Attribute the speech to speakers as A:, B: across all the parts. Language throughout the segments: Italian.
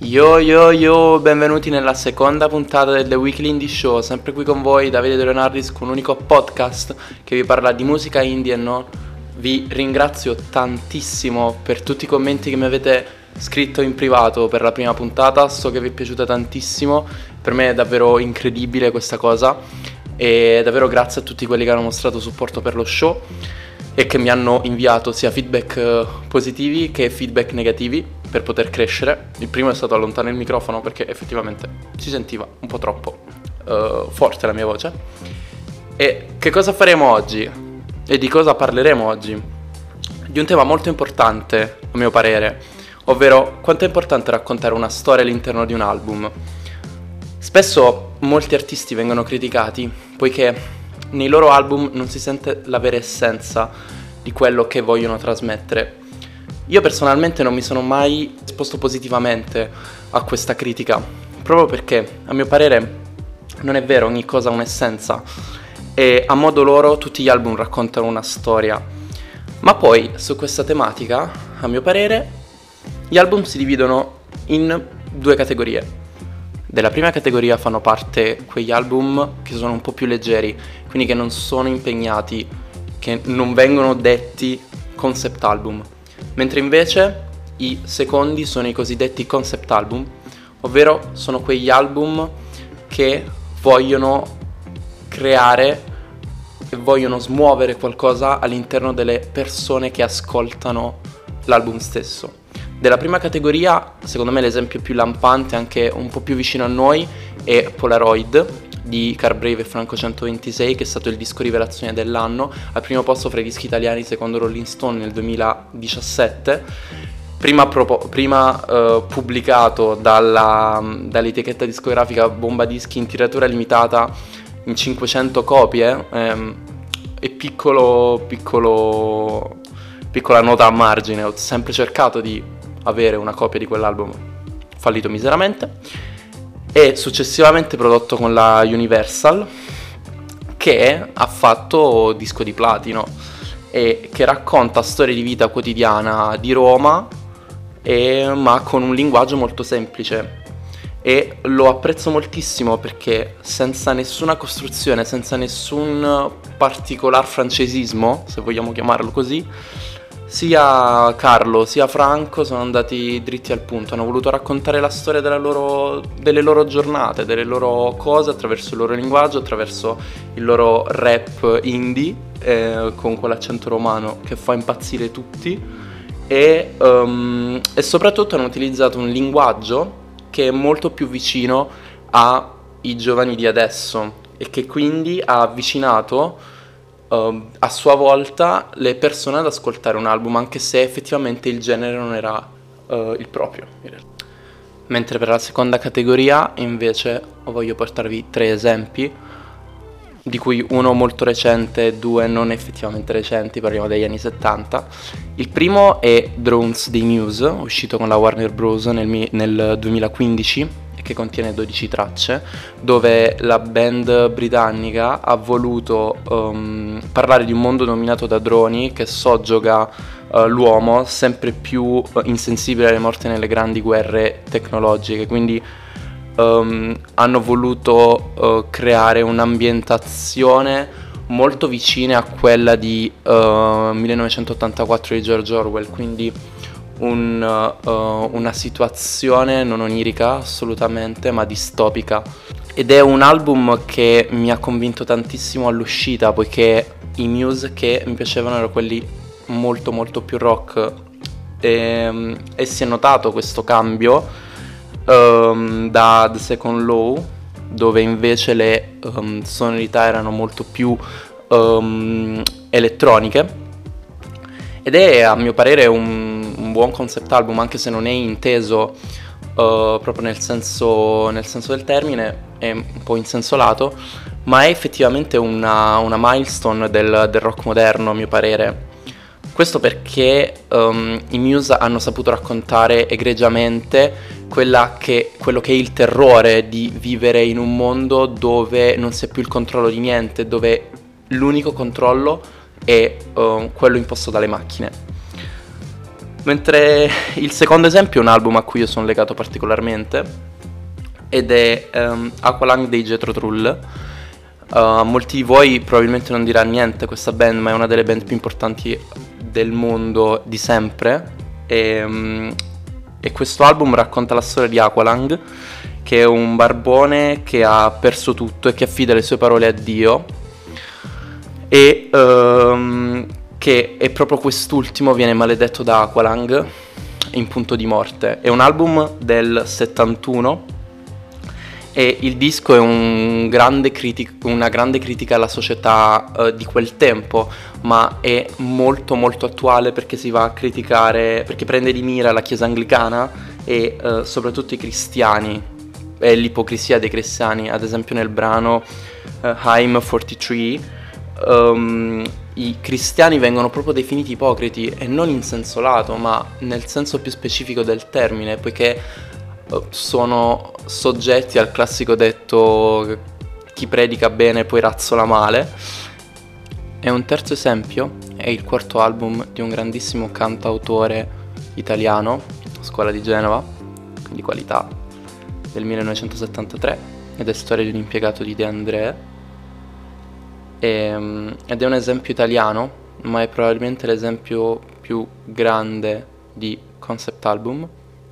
A: Yo yo yo, benvenuti nella seconda puntata del The Weekly Indie Show, sempre qui con voi Davide De Leonardis con un unico podcast che vi parla di musica indie e no. Vi ringrazio tantissimo per tutti i commenti che mi avete scritto in privato per la prima puntata, so che vi è piaciuta tantissimo, per me è davvero incredibile questa cosa e davvero grazie a tutti quelli che hanno mostrato supporto per lo show e che mi hanno inviato sia feedback positivi che feedback negativi per poter crescere. Il primo è stato allontano il microfono perché effettivamente si sentiva un po' troppo forte la mia voce. E che cosa faremo oggi? E di cosa parleremo oggi? Di un tema molto importante, a mio parere, ovvero quanto è importante raccontare una storia all'interno di un album. Spesso molti artisti vengono criticati poiché nei loro album non si sente la vera essenza di quello che vogliono trasmettere. Io personalmente non mi sono mai esposto positivamente a questa critica, proprio perché, a mio parere, non è vero, ogni cosa ha un'essenza e a modo loro tutti gli album raccontano una storia. Ma poi, su questa tematica, a mio parere, gli album si dividono in due categorie. Della prima categoria fanno parte quegli album che sono un po' più leggeri, quindi che non sono impegnati, che non vengono detti concept album. Mentre invece i secondi sono i cosiddetti concept album, ovvero sono quegli album che vogliono creare e vogliono smuovere qualcosa all'interno delle persone che ascoltano l'album stesso. Della prima categoria, secondo me l'esempio più lampante, anche un po' più vicino a noi, è Polaroid di Carbrave e Franco 126, che è stato il disco rivelazione dell'anno, al primo posto fra i dischi italiani secondo Rolling Stone nel 2017, prima pubblicato dall'etichetta discografica Bomba Dischi in tiratura limitata in 500 copie, e piccola nota a margine, ho sempre cercato di avere una copia di quell'album, fallito miseramente. E successivamente prodotto con la Universal, che ha fatto disco di platino e che racconta storie di vita quotidiana di Roma, ma con un linguaggio molto semplice. E lo apprezzo moltissimo perché senza nessuna costruzione, senza nessun particolar francesismo, se vogliamo chiamarlo così, sia Carlo sia Franco sono andati dritti al punto, hanno voluto raccontare la storia delle loro giornate, delle loro cose attraverso il loro linguaggio, attraverso il loro rap indie, con quell'accento romano che fa impazzire tutti e soprattutto hanno utilizzato un linguaggio che è molto più vicino ai giovani di adesso e che quindi ha avvicinato a sua volta le persone ad ascoltare un album, anche se effettivamente il genere non era il proprio. Mentre per la seconda categoria invece voglio portarvi 3 esempi, di cui uno molto recente e 2 non effettivamente recenti, parliamo degli anni 70. Il primo è Drones dei Muse, uscito con la Warner Bros. Nel 2015, che contiene 12 tracce, dove la band britannica ha voluto parlare di un mondo dominato da droni che soggioga l'uomo sempre più insensibile alle morti nelle grandi guerre tecnologiche, quindi hanno voluto creare un'ambientazione molto vicina a quella di 1984 di George Orwell, quindi una situazione non onirica assolutamente, ma distopica. Ed è un album che mi ha convinto tantissimo all'uscita, poiché i Muse che mi piacevano erano quelli molto molto più rock, e si è notato questo cambio da The Second Law, dove invece le sonorità erano molto più elettroniche, ed è a mio parere un buon concept album, anche se non è inteso proprio nel senso del termine, è un po' in senso lato, ma è effettivamente una milestone del rock moderno, a mio parere. Questo perché i Muse hanno saputo raccontare egregiamente quello che è il terrore di vivere in un mondo dove non si ha più il controllo di niente, dove l'unico controllo è quello imposto dalle macchine. Mentre il secondo esempio è un album a cui io sono legato particolarmente, ed è Aqualung dei Jethro Tull. A molti di voi probabilmente non dirà niente questa band, ma è una delle band più importanti del mondo di sempre. E questo album racconta la storia di Aqualung, che è un barbone che ha perso tutto e che affida le sue parole a Dio, e che è proprio quest'ultimo viene maledetto da Aqualung in punto di morte. È un album del 71 e il disco è una grande critica alla società di quel tempo, ma è molto molto attuale perché si va a criticare, perché prende di mira la chiesa anglicana e soprattutto i cristiani e l'ipocrisia dei cristiani. Ad esempio nel brano I'm 43 i cristiani vengono proprio definiti ipocriti, e non in senso lato, ma nel senso più specifico del termine, poiché sono soggetti al classico detto chi predica bene poi razzola male. E un terzo esempio è il quarto album di un grandissimo cantautore italiano, Scuola di Genova, quindi qualità, del 1973, ed è Storia di un impiegato di De André. Ed è un esempio italiano, ma è probabilmente l'esempio più grande di concept album,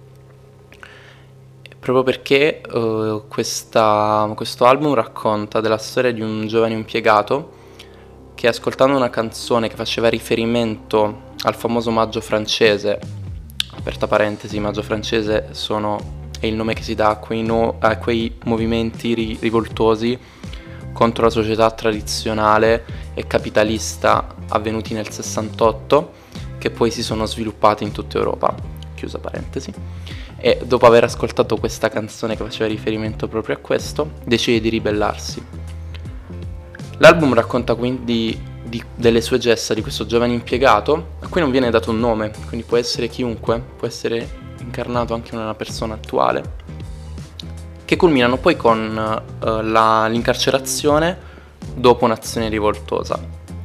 A: proprio perché questo album racconta della storia di un giovane impiegato che, ascoltando una canzone che faceva riferimento al famoso Maggio francese, aperta parentesi, Maggio francese è il nome che si dà a quei movimenti rivoltosi contro la società tradizionale e capitalista avvenuti nel 68, che poi si sono sviluppati in tutta Europa, chiusa parentesi. E dopo aver ascoltato questa canzone che faceva riferimento proprio a questo, decide di ribellarsi. L'album racconta quindi delle sue gesta di questo giovane impiegato, a cui non viene dato un nome, quindi può essere chiunque, può essere incarnato anche in una persona attuale, che culminano poi con l'incarcerazione dopo un'azione rivoltosa.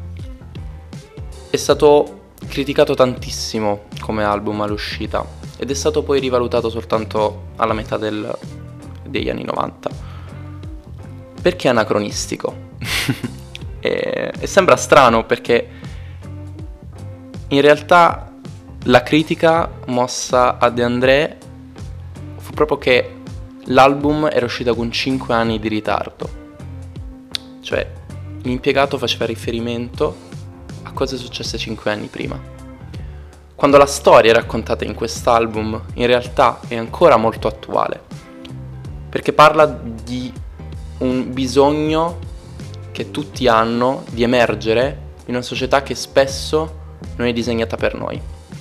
A: È stato criticato tantissimo come album all'uscita ed è stato poi rivalutato soltanto alla metà degli anni 90, perché è anacronistico. e sembra strano, perché in realtà la critica mossa a De André fu proprio che l'album era uscito con 5 anni di ritardo. Cioè, l'impiegato faceva riferimento a cose successe 5 anni prima, quando la storia raccontata in quest'album in realtà è ancora molto attuale, perché parla di un bisogno che tutti hanno di emergere in una società che spesso non è disegnata per noi.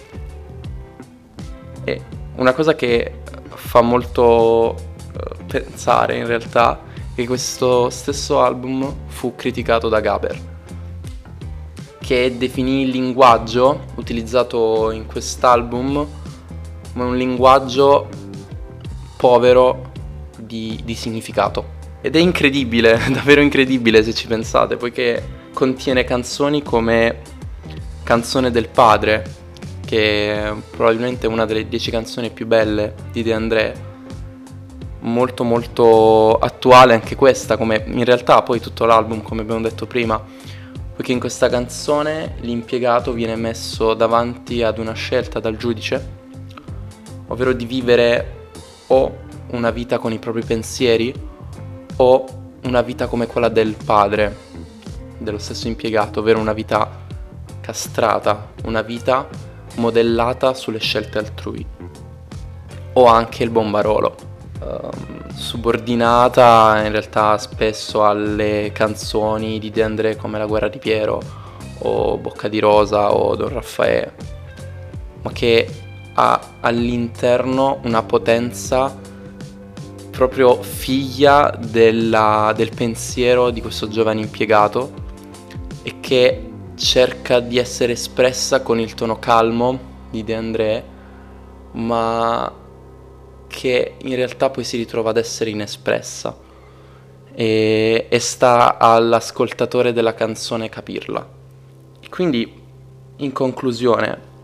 A: E una cosa che fa molto pensare in realtà è che questo stesso album fu criticato da Gaber, che definì il linguaggio utilizzato in quest'album come un linguaggio povero di significato. Ed è incredibile, davvero incredibile se ci pensate, poiché contiene canzoni come Canzone del Padre, che è probabilmente una delle 10 canzoni più belle di De André, molto molto attuale anche questa, come in realtà poi tutto l'album, come abbiamo detto prima, poiché in questa canzone l'impiegato viene messo davanti ad una scelta dal giudice, ovvero di vivere o una vita con i propri pensieri o una vita come quella del padre dello stesso impiegato, ovvero una vita castrata, una vita modellata sulle scelte altrui, o anche il bombarolo, subordinata in realtà spesso alle canzoni di De André come La guerra di Piero o Bocca di Rosa o Don Raffaele, ma che ha all'interno una potenza proprio figlia del pensiero di questo giovane impiegato, e che cerca di essere espressa con il tono calmo di De André, ma che in realtà poi si ritrova ad essere inespressa, e sta all'ascoltatore della canzone capirla. Quindi, in conclusione,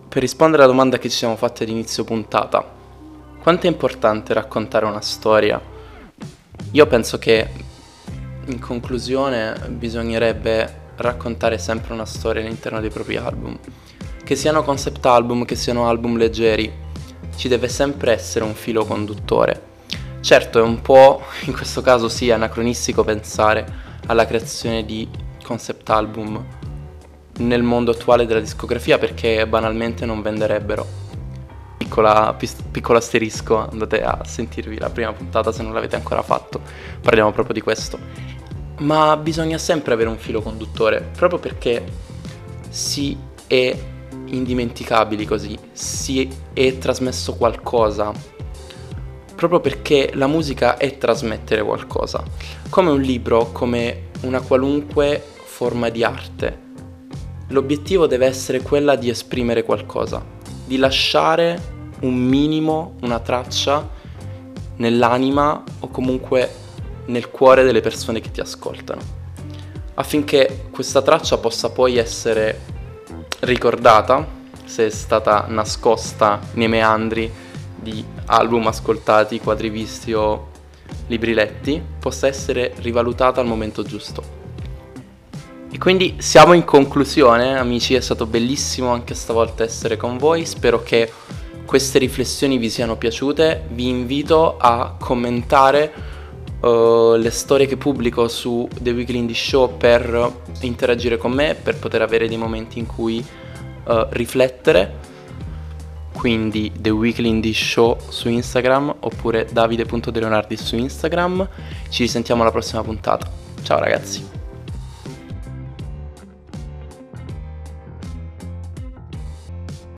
A: per rispondere alla domanda che ci siamo fatti all'inizio puntata, quanto è importante raccontare una storia? Io penso che in conclusione bisognerebbe raccontare sempre una storia all'interno dei propri album. Che siano concept album, che siano album leggeri, ci deve sempre essere un filo conduttore. Certo, è un po', in questo caso sì, anacronistico pensare alla creazione di concept album nel mondo attuale della discografia, perché banalmente non venderebbero. Piccolo asterisco, andate a sentirvi la prima puntata se non l'avete ancora fatto, parliamo proprio di questo. Ma bisogna sempre avere un filo conduttore, proprio perché si è indimenticabili così, si è trasmesso qualcosa, proprio perché la musica è trasmettere qualcosa, come un libro, come una qualunque forma di arte. L'obiettivo deve essere quella di esprimere qualcosa, di lasciare un minimo, una traccia nell'anima o comunque nel cuore delle persone che ti ascoltano, affinché questa traccia possa poi essere ricordata, se è stata nascosta nei meandri di album ascoltati, quadri visti o libri letti, possa essere rivalutata al momento giusto. E quindi siamo in conclusione, amici, è stato bellissimo anche stavolta essere con voi, spero che queste riflessioni vi siano piaciute, vi invito a commentare le storie che pubblico su The Weekly Indie Show per interagire con me, per poter avere dei momenti in cui riflettere. Quindi The Weekly Indie Show su Instagram oppure davide.deleonardis su Instagram. Ci risentiamo alla prossima puntata. Ciao ragazzi.